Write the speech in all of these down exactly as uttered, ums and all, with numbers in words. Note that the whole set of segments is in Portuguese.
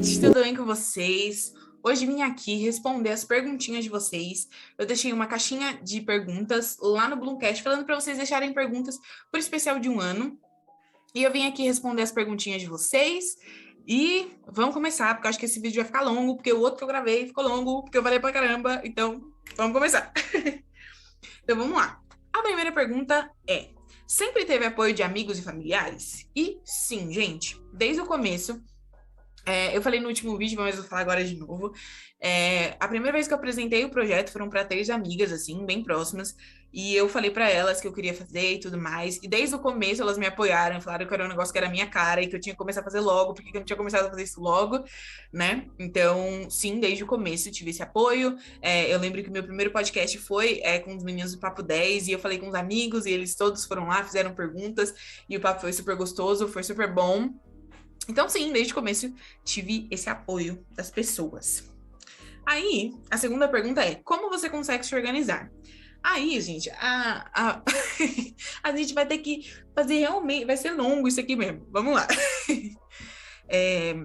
gente, tudo bem com vocês? Hoje vim aqui responder as perguntinhas de vocês. Eu deixei uma caixinha de perguntas lá no Bloomcast, falando para vocês deixarem perguntas por especial de um ano. E eu vim aqui responder as perguntinhas de vocês. E vamos começar, porque eu acho que esse vídeo vai ficar longo, porque o outro que eu gravei ficou longo, porque eu falei pra caramba. Então, vamos começar. Então, vamos lá. A primeira pergunta é: sempre teve apoio de amigos e familiares? E sim, gente, desde o começo. É, eu falei no último vídeo, mas vou falar agora de novo. É, a primeira vez que eu apresentei o projeto foram para três amigas, assim, bem próximas. E eu falei para elas que eu queria fazer e tudo mais. E desde o começo elas me apoiaram, falaram que era um negócio que era a minha cara e que eu tinha que começar a fazer logo, porque eu não tinha começado a fazer isso logo, né? Então, sim, desde o começo eu tive esse apoio. É, eu lembro que o meu primeiro podcast foi é, com os meninos do Papo dez, e eu falei com os amigos, e eles todos foram lá, fizeram perguntas, e o papo foi super gostoso, foi super bom. Então, sim, desde o começo tive esse apoio das pessoas. Aí, a segunda pergunta é: como você consegue se organizar? Aí, gente, a, a, a gente vai ter que fazer realmente... Vai ser longo isso aqui mesmo. Vamos lá. É,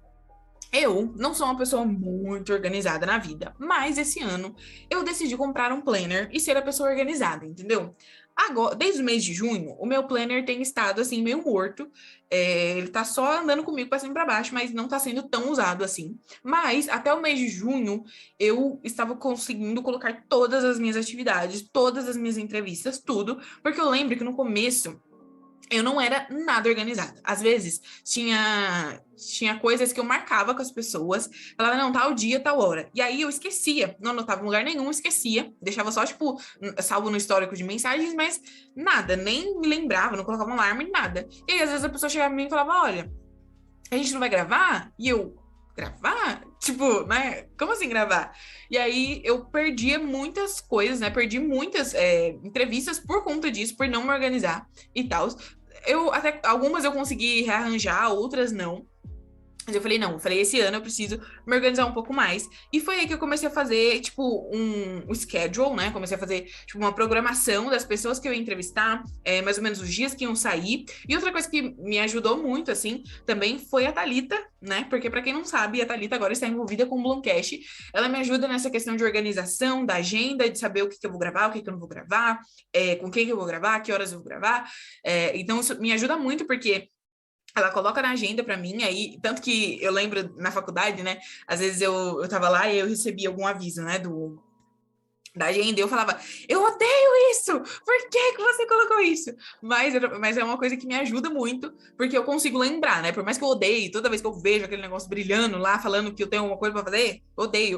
eu não sou uma pessoa muito organizada na vida, mas esse ano eu decidi comprar um planner e ser a pessoa organizada, entendeu? Agora, desde o mês de junho, o meu planner tem estado assim meio morto. É, ele tá só andando comigo para cima e para baixo, mas não tá sendo tão usado assim. Mas até o mês de junho eu estava conseguindo colocar todas as minhas atividades, todas as minhas entrevistas, tudo, porque eu lembro que no começo eu não era nada organizada. Às vezes, tinha, tinha coisas que eu marcava com as pessoas, falava, não, tal dia, tal hora. E aí eu esquecia, não anotava em lugar nenhum, esquecia, deixava só, tipo, salvo no histórico de mensagens, mas nada, nem me lembrava, não colocava um alarme, nada. E aí, às vezes, a pessoa chegava em mim e falava, olha, a gente não vai gravar? E eu, gravar? Tipo, né? Como assim gravar? E aí eu perdia muitas coisas, né? Perdi muitas é, entrevistas por conta disso, por não me organizar e tal. Eu até algumas eu consegui rearranjar, outras não. Mas eu falei, não, eu falei, esse ano eu preciso me organizar um pouco mais. E foi aí que eu comecei a fazer, tipo, um, um schedule, né? Comecei a fazer, tipo, uma programação das pessoas que eu ia entrevistar, é, mais ou menos os dias que iam sair. E outra coisa que me ajudou muito, assim, também foi a Thalita, né? Porque, pra quem não sabe, a Thalita agora está envolvida com o Bloomcast. Ela me ajuda nessa questão de organização, da agenda, de saber o que, que eu vou gravar, o que, que eu não vou gravar, é, com quem que eu vou gravar, que horas eu vou gravar. É, então, isso me ajuda muito, porque ela coloca na agenda para mim, aí, tanto que eu lembro na faculdade, né, às vezes eu, eu tava lá e eu recebia algum aviso, né, do, da agenda, e eu falava, eu odeio isso, por que que você colocou isso? Mas, mas é uma coisa que me ajuda muito, porque eu consigo lembrar, né, por mais que eu odeie, toda vez que eu vejo aquele negócio brilhando lá, falando que eu tenho alguma coisa para fazer, odeio,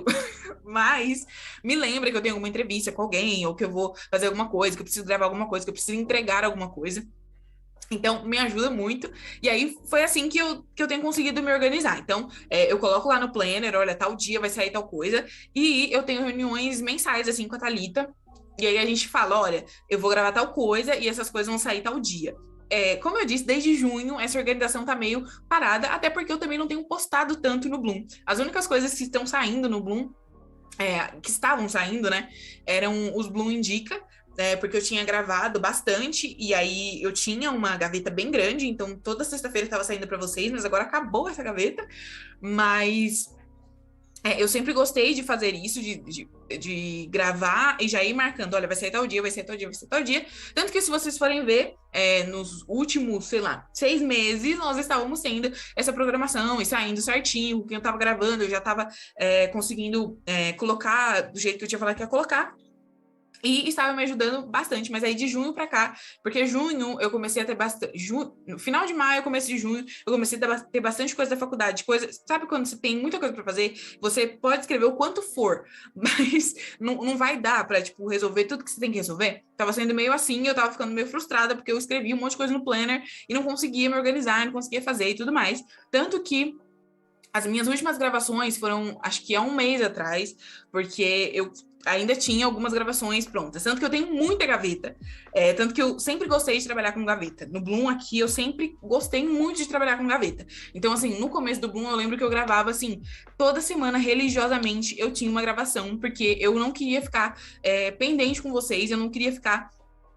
mas me lembra que eu tenho alguma entrevista com alguém, ou que eu vou fazer alguma coisa, que eu preciso gravar alguma coisa, que eu preciso entregar alguma coisa. Então, me ajuda muito. E aí, foi assim que eu, que eu tenho conseguido me organizar. Então, é, eu coloco lá no planner, olha, tal dia vai sair tal coisa. E eu tenho reuniões mensais, assim, com a Thalita. E aí, a gente fala, olha, eu vou gravar tal coisa e essas coisas vão sair tal dia. É, como eu disse, desde junho, essa organização tá meio parada. Até porque eu também não tenho postado tanto no Bloom. As únicas coisas que estão saindo no Bloom, é, que estavam saindo, né, eram os Bloom Indica. É, porque eu tinha gravado bastante, e aí eu tinha uma gaveta bem grande, então toda sexta-feira estava saindo para vocês, mas agora acabou essa gaveta. Mas é, eu sempre gostei de fazer isso, de, de, de gravar e já ir marcando, olha, vai sair tal dia, vai sair tal dia, vai sair tal dia. Tanto que se vocês forem ver, é, nos últimos, sei lá, seis meses, nós estávamos tendo essa programação e saindo certinho, o que eu estava gravando, eu já estava é, conseguindo é, colocar do jeito que eu tinha falado que ia colocar. E estava me ajudando bastante, mas aí de junho para cá, porque junho eu comecei a ter bastante. Ju... No final de maio, começo de junho, eu comecei a ter bastante coisa da faculdade. Coisa... Sabe quando você tem muita coisa para fazer? Você pode escrever o quanto for, mas não, não vai dar para tipo, resolver tudo que você tem que resolver. Tava sendo meio assim, eu tava ficando meio frustrada, porque eu escrevi um monte de coisa no planner e não conseguia me organizar, não conseguia fazer e tudo mais. Tanto que as minhas últimas gravações foram, acho que há um mês atrás, porque eu ainda tinha algumas gravações prontas. Tanto que eu tenho muita gaveta. É, tanto que eu sempre gostei de trabalhar com gaveta. No Bloom aqui, eu sempre gostei muito de trabalhar com gaveta. Então, assim, no começo do Bloom, eu lembro que eu gravava, assim, toda semana, religiosamente, eu tinha uma gravação, porque eu não queria ficar é, pendente com vocês, eu não queria ficar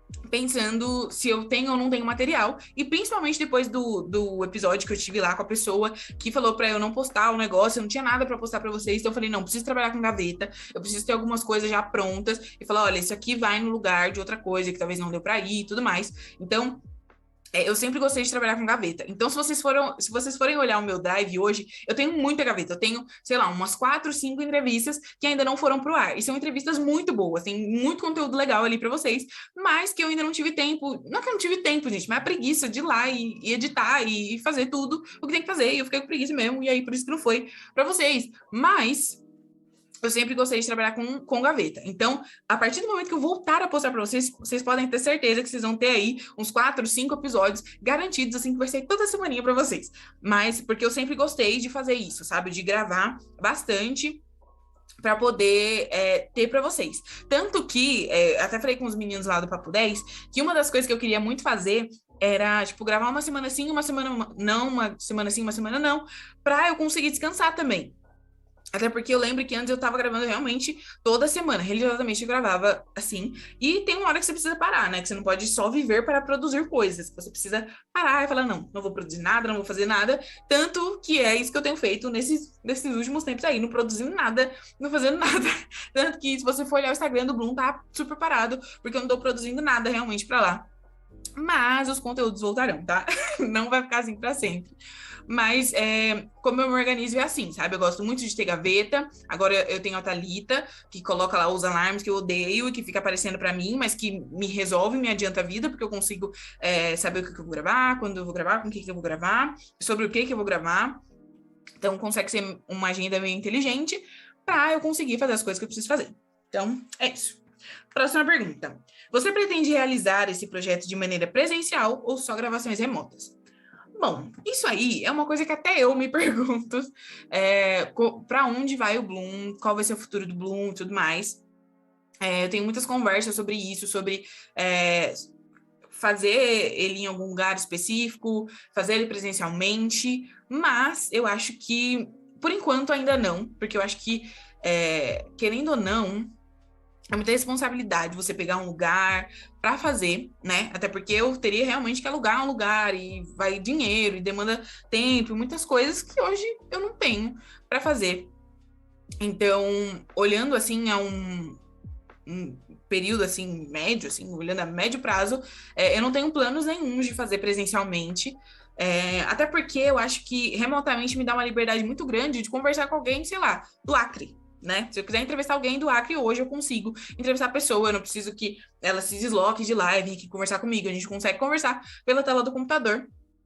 pensando se eu tenho ou não tenho material, e principalmente depois do, do episódio que eu tive lá com a pessoa que falou pra eu não postar o negócio, eu não tinha nada pra postar pra vocês, então eu falei, não, preciso trabalhar com gaveta, eu preciso ter algumas coisas já prontas, e falar, olha, isso aqui vai no lugar de outra coisa que talvez não deu pra ir e tudo mais. Então, é, eu sempre gostei de trabalhar com gaveta. Então, se vocês foram, se vocês forem olhar o meu drive hoje, eu tenho muita gaveta. Eu tenho, sei lá, umas quatro, cinco entrevistas que ainda não foram pro ar. E são entrevistas muito boas, tem muito conteúdo legal ali para vocês, mas que eu ainda não tive tempo. Não que eu não tive tempo, gente, mas a preguiça de ir lá e, e editar e, e fazer tudo o que tem que fazer. E eu fiquei com preguiça mesmo, e aí por isso que não foi para vocês. Mas eu sempre gostei de trabalhar com, com gaveta. Então, a partir do momento que eu voltar a postar para vocês, vocês podem ter certeza que vocês vão ter aí uns quatro, cinco episódios garantidos, assim, que vai ser toda semaninha para vocês. Mas, porque eu sempre gostei de fazer isso, sabe? De gravar bastante para poder é, ter para vocês. Tanto que, é, até falei com os meninos lá do Papo dez, que uma das coisas que eu queria muito fazer era, tipo, gravar uma semana sim, uma semana não, uma semana sim, uma semana não, para eu conseguir descansar também. Até porque eu lembro que antes eu tava gravando realmente toda semana, religiosamente eu gravava assim. E tem uma hora que você precisa parar, né? Que você não pode só viver para produzir coisas. Você precisa parar e falar, não, não vou produzir nada, não vou fazer nada. Tanto que é isso que eu tenho feito nesses, nesses últimos tempos aí, não produzindo nada, não fazendo nada. Tanto que se você for olhar o Instagram do Bloom, tá super parado, porque eu não tô produzindo nada realmente para lá. Mas os conteúdos voltarão, tá? Não vai ficar assim para sempre. Mas é, como eu me organizo é assim, sabe? Eu gosto muito de ter gaveta. Agora eu tenho a Thalita, que coloca lá os alarmes que eu odeio e que fica aparecendo para mim, mas que me resolve, me adianta a vida, porque eu consigo é, saber o que, que eu vou gravar, quando eu vou gravar, com o que, que eu vou gravar, sobre o que, que eu vou gravar. Então consegue ser uma agenda meio inteligente para eu conseguir fazer as coisas que eu preciso fazer. Então, é isso. Próxima pergunta. Você pretende realizar esse projeto de maneira presencial ou só gravações remotas? Bom, isso aí é uma coisa que até eu me pergunto, é, para onde vai o Bloom, qual vai ser o futuro do Bloom e tudo mais. É, eu tenho muitas conversas sobre isso, sobre é, fazer ele em algum lugar específico, fazer ele presencialmente, mas eu acho que, por enquanto, ainda não, porque eu acho que, é, querendo ou não, é muita responsabilidade você pegar um lugar para fazer, né? Até porque eu teria realmente que alugar um lugar e vai dinheiro e demanda tempo, muitas coisas que hoje eu não tenho para fazer. Então, olhando assim a um, um período assim médio, assim, olhando a médio prazo, é, eu não tenho planos nenhum de fazer presencialmente. É, até porque eu acho que remotamente me dá uma liberdade muito grande de conversar com alguém, sei lá, do Acre. Né? Se eu quiser entrevistar alguém do Acre hoje, eu consigo entrevistar a pessoa, eu não preciso que ela se desloque de lá e venha aqui conversar comigo, a gente consegue conversar pela tela do computador.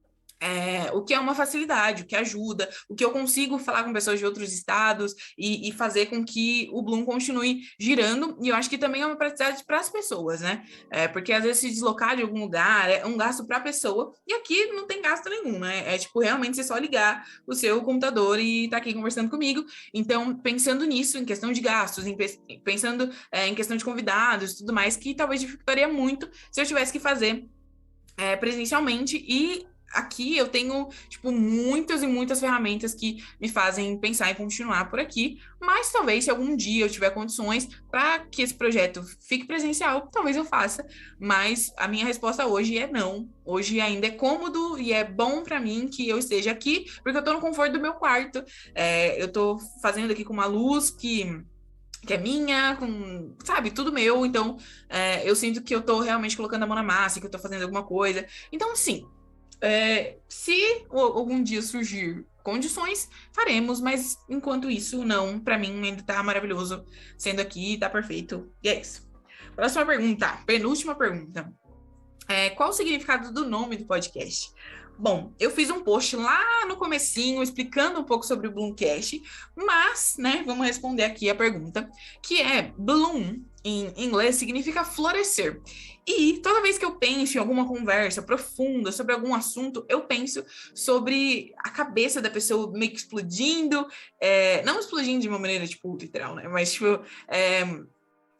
É, o que é uma facilidade, o que ajuda, o que eu consigo falar com pessoas de outros estados e, e fazer com que o Bloom continue girando, e eu acho que também é uma praticidade para as pessoas, né? É, porque às vezes se deslocar de algum lugar é um gasto para a pessoa, e aqui não tem gasto nenhum, né? É tipo realmente você só ligar o seu computador e tá aqui conversando comigo. Então, pensando nisso, em questão de gastos, em, pensando é, em questão de convidados e tudo mais, que talvez dificultaria muito se eu tivesse que fazer é, presencialmente. E aqui eu tenho, tipo, muitas e muitas ferramentas que me fazem pensar em continuar por aqui, mas talvez se algum dia eu tiver condições para que esse projeto fique presencial, talvez eu faça, mas a minha resposta hoje é não. Hoje ainda é cômodo e é bom para mim que eu esteja aqui, porque eu tô no conforto do meu quarto, é, eu tô fazendo aqui com uma luz que... que é minha, com, sabe, tudo meu, então é, eu sinto que eu tô realmente colocando a mão na massa, que eu tô fazendo alguma coisa. Então, sim, é, se algum dia surgir condições, faremos, mas enquanto isso, não, pra mim ainda tá maravilhoso sendo aqui, tá perfeito, e é isso. Próxima pergunta, penúltima pergunta. É, qual o significado do nome do podcast? Bom, eu fiz um post lá no comecinho explicando um pouco sobre o Bloomcast, mas, né, vamos responder aqui a pergunta, que é Bloom, em inglês, significa florescer. E toda vez que eu penso em alguma conversa profunda sobre algum assunto, eu penso sobre a cabeça da pessoa meio que explodindo, é, não explodindo de uma maneira, tipo, literal, né, mas, tipo, é,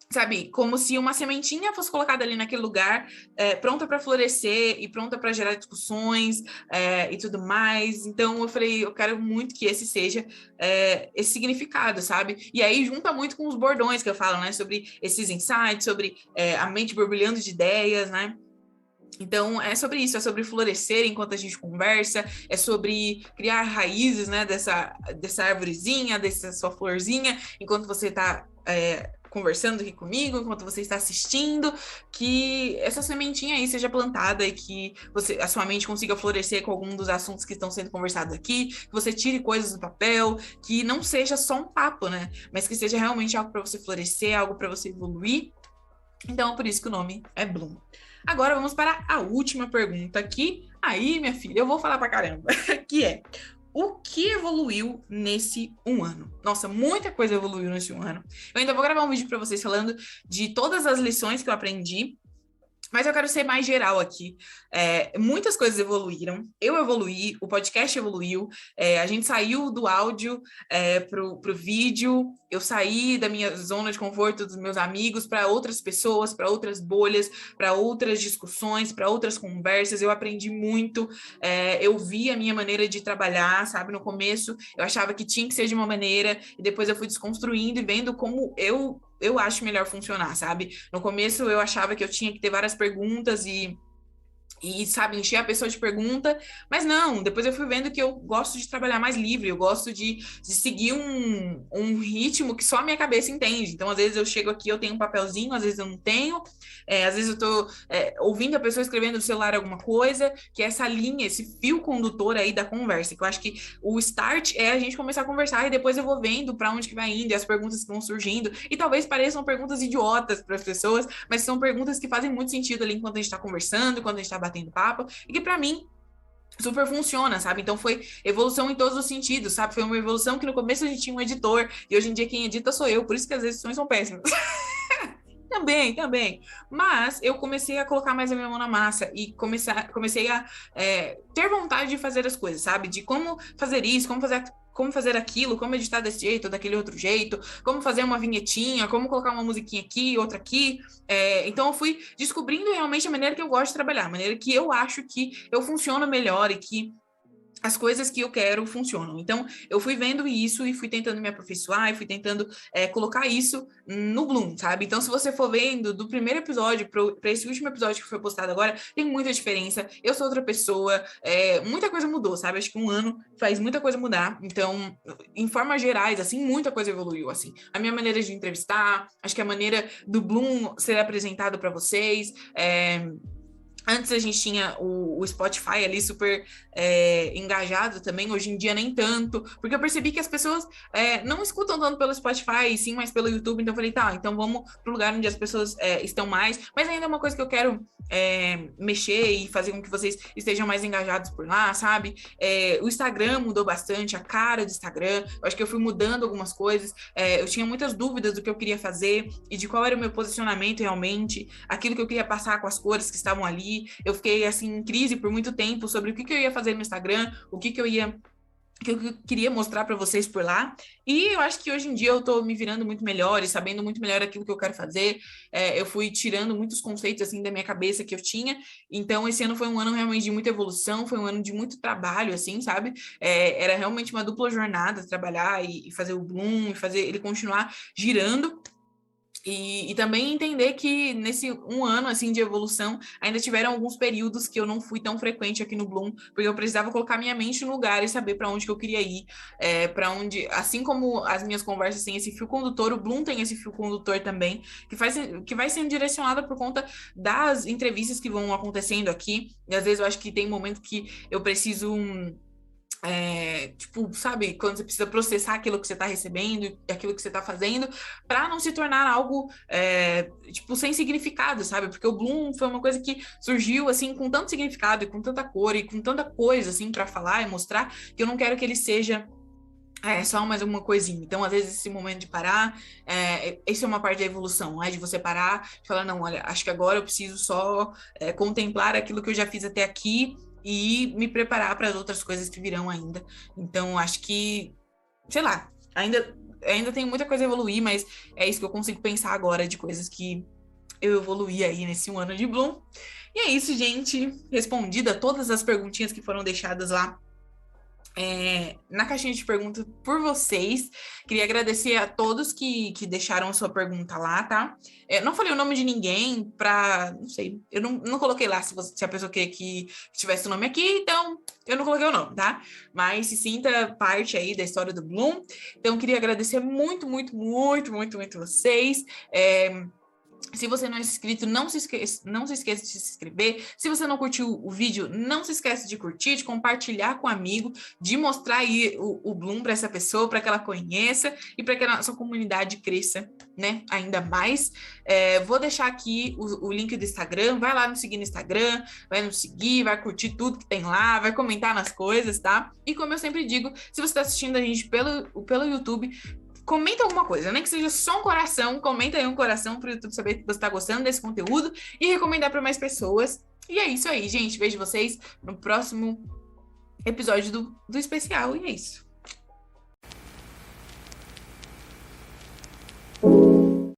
sabe, como se uma sementinha fosse colocada ali naquele lugar, é, pronta para florescer e pronta para gerar discussões é, e tudo mais. Então eu falei, eu quero muito que esse seja é, esse significado, sabe? E aí junta muito com os bordões que eu falo, né? Sobre esses insights, sobre é, a mente borbulhando de ideias, né? Então, é sobre isso, é sobre florescer enquanto a gente conversa, é sobre criar raízes, né, dessa, dessa arvorezinha, dessa sua florzinha, enquanto você está é, conversando aqui comigo, enquanto você está assistindo, que essa sementinha aí seja plantada e que você, a sua mente consiga florescer com algum dos assuntos que estão sendo conversados aqui, que você tire coisas do papel, que não seja só um papo, né, mas que seja realmente algo para você florescer, algo para você evoluir. Então, é por isso que o nome é Bloom. Agora vamos para a última pergunta aqui. Aí, minha filha, eu vou falar pra caramba. Que é, o que evoluiu nesse um ano? Nossa, muita coisa evoluiu nesse um ano. Eu ainda vou gravar um vídeo para vocês falando de todas as lições que eu aprendi, mas eu quero ser mais geral aqui. É, muitas coisas evoluíram. Eu evoluí, o podcast evoluiu. É, a gente saiu do áudio é, pro, pro vídeo. Eu saí da minha zona de conforto dos meus amigos para outras pessoas, para outras bolhas, para outras discussões, para outras conversas. Eu aprendi muito. É, eu vi a minha maneira de trabalhar, sabe? No começo eu achava que tinha que ser de uma maneira e depois eu fui desconstruindo e vendo como eu eu acho melhor funcionar, sabe? No começo eu achava que eu tinha que ter várias perguntas e e, sabe, encher a pessoa de pergunta, mas não, depois eu fui vendo que eu gosto de trabalhar mais livre, eu gosto de, de seguir um, um ritmo que só a minha cabeça entende. Então, às vezes eu chego aqui, eu tenho um papelzinho, às vezes eu não tenho, é, às vezes eu tô é, ouvindo a pessoa escrevendo no celular alguma coisa, que é essa linha, esse fio condutor aí da conversa, que eu acho que o start é a gente começar a conversar e depois eu vou vendo para onde que vai indo e as perguntas que vão surgindo, e talvez pareçam perguntas idiotas para as pessoas, mas são perguntas que fazem muito sentido ali enquanto a gente está conversando, quando a gente está batendo papo, e que para mim super funciona, sabe? Então foi evolução em todos os sentidos, sabe? Foi uma evolução que no começo a gente tinha um editor, e hoje em dia quem edita sou eu, por isso que as edições são péssimas. Também, também. Mas eu comecei a colocar mais a minha mão na massa e começar, comecei a é, ter vontade de fazer as coisas, sabe? De como fazer isso, como fazer, como fazer aquilo, como editar desse jeito ou daquele outro jeito, como fazer uma vinhetinha, como colocar uma musiquinha aqui, outra aqui. É, então eu fui descobrindo realmente a maneira que eu gosto de trabalhar, a maneira que eu acho que eu funciono melhor e que as coisas que eu quero funcionam. Então, eu fui vendo isso e fui tentando me aperfeiçoar e fui tentando é, colocar isso no Bloom, sabe? Então, se você for vendo do primeiro episódio para esse último episódio que foi postado agora, tem muita diferença. Eu sou outra pessoa, é, muita coisa mudou, sabe? Acho que um ano faz muita coisa mudar. Então, em formas gerais, assim, muita coisa evoluiu, assim. A minha maneira de entrevistar, acho que a maneira do Bloom ser apresentado para vocês, é... Antes a gente tinha o, o Spotify ali super é, engajado também, hoje em dia nem tanto, porque eu percebi que as pessoas é, não escutam tanto pelo Spotify, sim, mas pelo YouTube, então eu falei, tá, então vamos pro lugar onde as pessoas é, estão mais, mas ainda é uma coisa que eu quero é, mexer e fazer com que vocês estejam mais engajados por lá, sabe? É, o Instagram mudou bastante, a cara do Instagram, eu acho que eu fui mudando algumas coisas, é, eu tinha muitas dúvidas do que eu queria fazer e de qual era o meu posicionamento realmente, aquilo que eu queria passar com as cores que estavam ali. Eu fiquei assim em crise por muito tempo sobre o que, que eu ia fazer no Instagram, o que, que eu ia que eu queria mostrar para vocês por lá, e eu acho que hoje em dia eu tô me virando muito melhor e sabendo muito melhor aquilo que eu quero fazer. É, eu fui tirando muitos conceitos assim da minha cabeça que eu tinha, então esse ano foi um ano realmente de muita evolução, foi um ano de muito trabalho, assim, sabe? É, era realmente uma dupla jornada, trabalhar e, e fazer o Bloom, e fazer ele continuar girando. E, e também entender que nesse um ano assim de evolução ainda tiveram alguns períodos que eu não fui tão frequente aqui no Bloom, porque eu precisava colocar minha mente no lugar e saber para onde que eu queria ir, é, para onde, assim como as minhas conversas têm esse fio condutor, o Bloom tem esse fio condutor também, que, faz, que vai sendo direcionado por conta das entrevistas que vão acontecendo aqui, e às vezes eu acho que tem momento que eu preciso... Um, É, tipo, sabe, quando você precisa processar aquilo que você está recebendo, aquilo que você está fazendo, para não se tornar algo, é, tipo, sem significado, sabe? Porque o Bloom foi uma coisa que surgiu, assim, com tanto significado e com tanta cor e com tanta coisa, assim, para falar e mostrar, que eu não quero que ele seja é só mais alguma coisinha. Então, às vezes, esse momento de parar, é, isso é uma parte da evolução, é de você parar e falar, não, olha, acho que agora eu preciso só é, contemplar aquilo que eu já fiz até aqui e me preparar para as outras coisas que virão ainda. Então, acho que, sei lá, ainda ainda tenho muita coisa a evoluir, mas é isso que eu consigo pensar agora de coisas que eu evoluí aí nesse um ano de Bloom. E é isso, gente. Respondida todas as perguntinhas que foram deixadas lá É, na caixinha de perguntas por vocês. Queria agradecer a todos que, que deixaram a sua pergunta lá, tá? É, não falei o nome de ninguém pra... Não sei, eu não, não coloquei lá se, você, se a pessoa queria que tivesse o nome aqui, então eu não coloquei o nome, tá? Mas se sinta parte aí da história do Bloom. Então, queria agradecer muito, muito, muito, muito, muito vocês. É... Se você não é inscrito, não se, esqueça, não se esqueça de se inscrever. Se você não curtiu o vídeo, não se esqueça de curtir, de compartilhar com um amigo, de mostrar aí o, o Bloom para essa pessoa, para que ela conheça e para que a nossa comunidade cresça, né, ainda mais. É, vou deixar aqui o, o link do Instagram. Vai lá nos seguir no Instagram, vai nos seguir, vai curtir tudo que tem lá, vai comentar nas coisas, tá? E como eu sempre digo, se você está assistindo a gente pelo, pelo YouTube, comenta alguma coisa, nem que seja só um coração, comenta aí um coração para o YouTube saber que você está gostando desse conteúdo e recomendar para mais pessoas. E é isso aí, gente. Vejo vocês no próximo episódio do, do especial. E é isso.